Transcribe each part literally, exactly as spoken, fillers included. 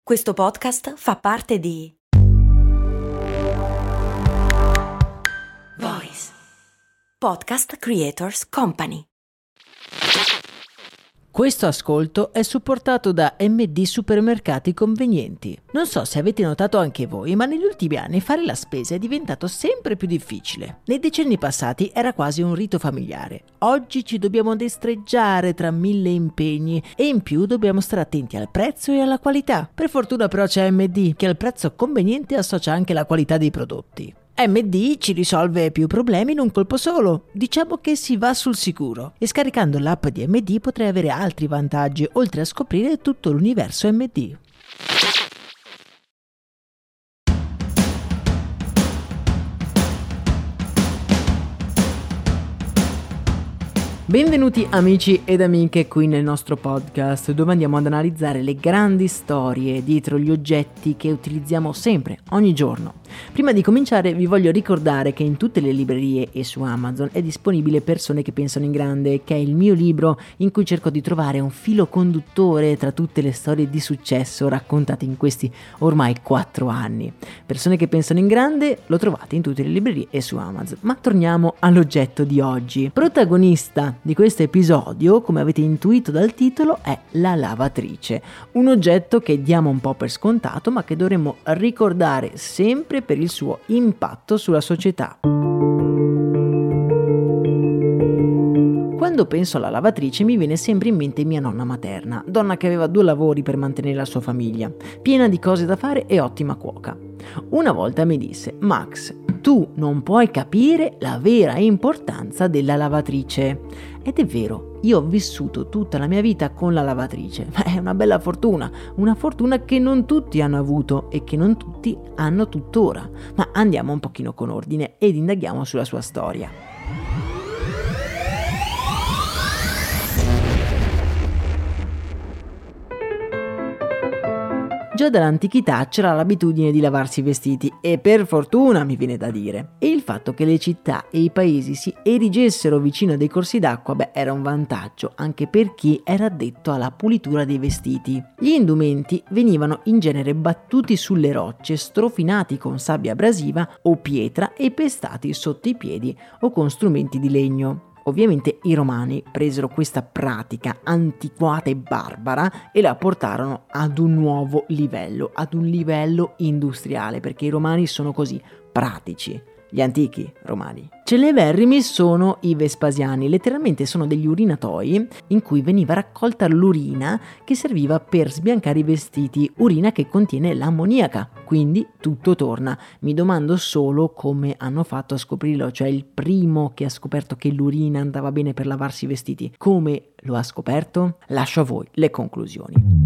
Questo podcast fa parte di Voice Podcast Creators Company. Questo ascolto è supportato da M D Supermercati Convenienti. Non so se avete notato anche voi, ma negli ultimi anni fare la spesa è diventato sempre più difficile. Nei decenni passati era quasi un rito familiare. Oggi ci dobbiamo destreggiare tra mille impegni e in più dobbiamo stare attenti al prezzo e alla qualità. Per fortuna però c'è M D, che al prezzo conveniente associa anche la qualità dei prodotti. M D ci risolve più problemi in un colpo solo, diciamo che si va sul sicuro, e scaricando l'app di M D potrai avere altri vantaggi oltre a scoprire tutto l'universo M D. Benvenuti amici ed amiche qui nel nostro podcast, dove andiamo ad analizzare le grandi storie dietro gli oggetti che utilizziamo sempre, ogni giorno. Prima di cominciare vi voglio ricordare che in tutte le librerie e su Amazon è disponibile Persone che pensano in grande, che è il mio libro in cui cerco di trovare un filo conduttore tra tutte le storie di successo raccontate in questi ormai quattro anni. Persone che pensano in grande lo trovate in tutte le librerie e su Amazon. Ma torniamo all'oggetto di oggi. Protagonista di questo episodio, come avete intuito dal titolo, è la lavatrice, un oggetto che diamo un po' per scontato ma che dovremmo ricordare sempre per il suo impatto sulla società. Quando penso alla lavatrice mi viene sempre in mente mia nonna materna, donna che aveva due lavori per mantenere la sua famiglia, piena di cose da fare e ottima cuoca. Una volta mi disse: Max, tu non puoi capire la vera importanza della lavatrice. Ed è vero, io ho vissuto tutta la mia vita con la lavatrice, ma è una bella fortuna, una fortuna che non tutti hanno avuto e che non tutti hanno tuttora. Ma andiamo un pochino con ordine ed indaghiamo sulla sua storia. Già dall'antichità c'era l'abitudine di lavarsi i vestiti, e per fortuna mi viene da dire. E il fatto che le città e i paesi si erigessero vicino a dei corsi d'acqua, beh, era un vantaggio anche per chi era addetto alla pulitura dei vestiti. Gli indumenti venivano in genere battuti sulle rocce, strofinati con sabbia abrasiva o pietra e pestati sotto i piedi o con strumenti di legno. Ovviamente i romani presero questa pratica antiquata e barbara e la portarono ad un nuovo livello, ad un livello industriale, perché i romani sono così pratici. Gli antichi romani. Celeberrimi sono i Vespasiani, letteralmente sono degli urinatoi in cui veniva raccolta l'urina che serviva per sbiancare i vestiti, urina che contiene l'ammoniaca, quindi tutto torna. Mi domando solo come hanno fatto a scoprirlo, cioè il primo che ha scoperto che l'urina andava bene per lavarsi i vestiti, come lo ha scoperto? Lascio a voi le conclusioni.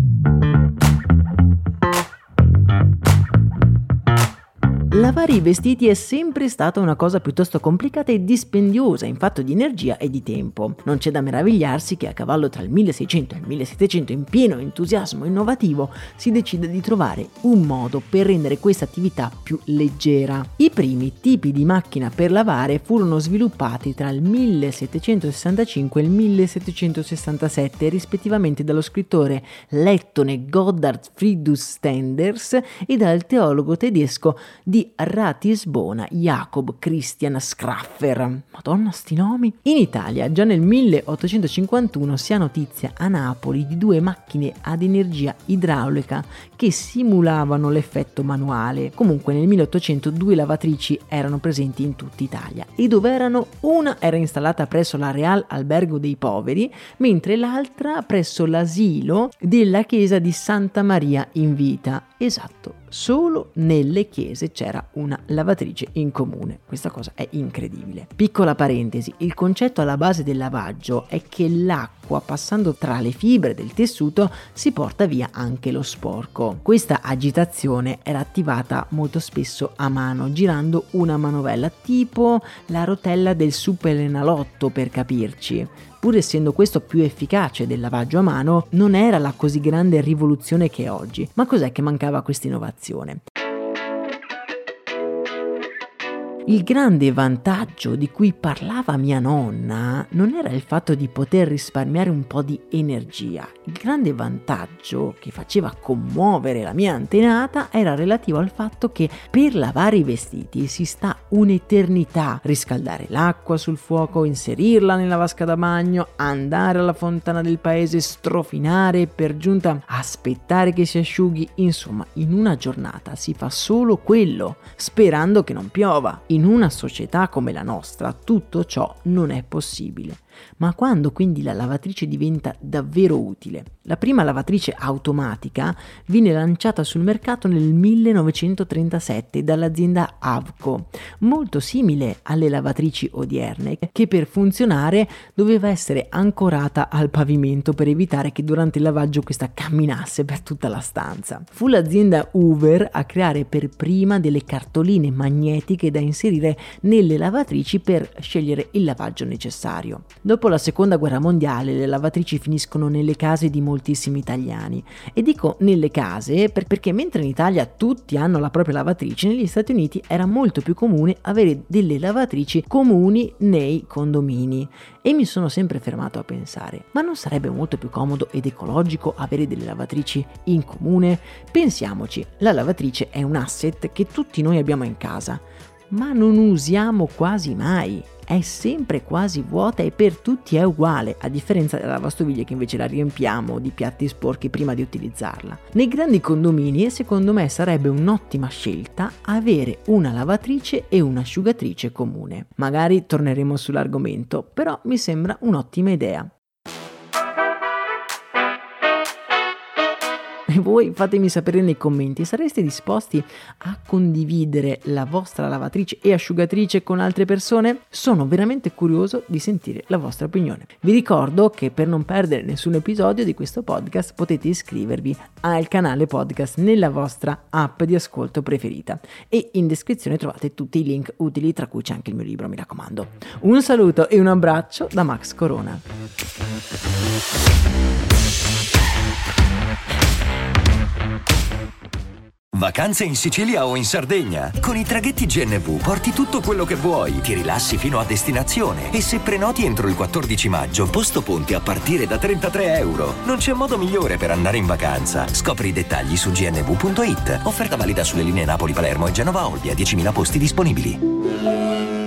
Lavare i vestiti è sempre stata una cosa piuttosto complicata e dispendiosa in fatto di energia e di tempo. Non c'è da meravigliarsi che a cavallo tra il milleseicento e il millesettecento, in pieno entusiasmo innovativo, si decida di trovare un modo per rendere questa attività più leggera. I primi tipi di macchina per lavare furono sviluppati tra il millesettecentosessantacinque e il millesettecentosessantasette, rispettivamente dallo scrittore lettone Gotthard Friedrich Stenders e dal teologo tedesco di Ratisbona Jacob Christian Schraffer. Madonna, sti nomi! In Italia già nel milleottocentocinquantuno si ha notizia a Napoli di due macchine ad energia idraulica che simulavano l'effetto manuale. Comunque nel milleottocento due lavatrici erano presenti in tutta Italia, e dove erano? Una era installata presso la Real Albergo dei Poveri, mentre l'altra presso l'asilo della chiesa di Santa Maria in Vita. Esatto, solo nelle chiese c'era una lavatrice in comune. Questa cosa è incredibile. Piccola parentesi, il concetto alla base del lavaggio è che l'acqua, passando tra le fibre del tessuto, si porta via anche lo sporco. Questa agitazione era attivata molto spesso a mano, girando una manovella, tipo la rotella del superenalotto per capirci. Pur essendo questo più efficace del lavaggio a mano, non era la così grande rivoluzione che è oggi. Ma cos'è che mancava a questa innovazione? Il grande vantaggio di cui parlava mia nonna non era il fatto di poter risparmiare un po' di energia. Il grande vantaggio che faceva commuovere la mia antenata era relativo al fatto che per lavare i vestiti si sta un'eternità. Riscaldare l'acqua sul fuoco, inserirla nella vasca da bagno, andare alla fontana del paese, strofinare e per giunta aspettare che si asciughi. Insomma, in una giornata si fa solo quello, sperando che non piova. In una società come la nostra tutto ciò non è possibile. Ma quando quindi la lavatrice diventa davvero utile? La prima lavatrice automatica viene lanciata sul mercato nel millenovecentotrentasette dall'azienda Avco, molto simile alle lavatrici odierne, che per funzionare doveva essere ancorata al pavimento per evitare che durante il lavaggio questa camminasse per tutta la stanza. Fu l'azienda Hoover a creare per prima delle cartoline magnetiche da inserire nelle lavatrici per scegliere il lavaggio necessario. Dopo la seconda guerra mondiale le lavatrici finiscono nelle case di moltissimi italiani, e dico nelle case per, perché mentre in Italia tutti hanno la propria lavatrice, negli Stati Uniti era molto più comune avere delle lavatrici comuni nei condomini, e mi sono sempre fermato a pensare: ma non sarebbe molto più comodo ed ecologico avere delle lavatrici in comune? Pensiamoci, la lavatrice è un asset che tutti noi abbiamo in casa, ma non usiamo quasi mai. È sempre quasi vuota e per tutti è uguale, a differenza della lavastoviglie che invece la riempiamo di piatti sporchi prima di utilizzarla. Nei grandi condomini, secondo me, sarebbe un'ottima scelta avere una lavatrice e un'asciugatrice comune. Magari torneremo sull'argomento, però mi sembra un'ottima idea. E voi fatemi sapere nei commenti, sareste disposti a condividere la vostra lavatrice e asciugatrice con altre persone? Sono veramente curioso di sentire la vostra opinione. Vi ricordo che per non perdere nessun episodio di questo podcast potete iscrivervi al canale podcast nella vostra app di ascolto preferita, e in descrizione trovate tutti i link utili, tra cui c'è anche il mio libro, mi raccomando. Un saluto e un abbraccio da Max Corona. Vacanze in Sicilia o in Sardegna? Con i traghetti G N V porti tutto quello che vuoi, ti rilassi fino a destinazione, e se prenoti entro il quattordici maggio, posto ponti a partire da trentatré euro. Non c'è modo migliore per andare in vacanza. Scopri i dettagli su g n v punto i t. Offerta valida sulle linee Napoli-Palermo e Genova-Olbia, diecimila posti disponibili.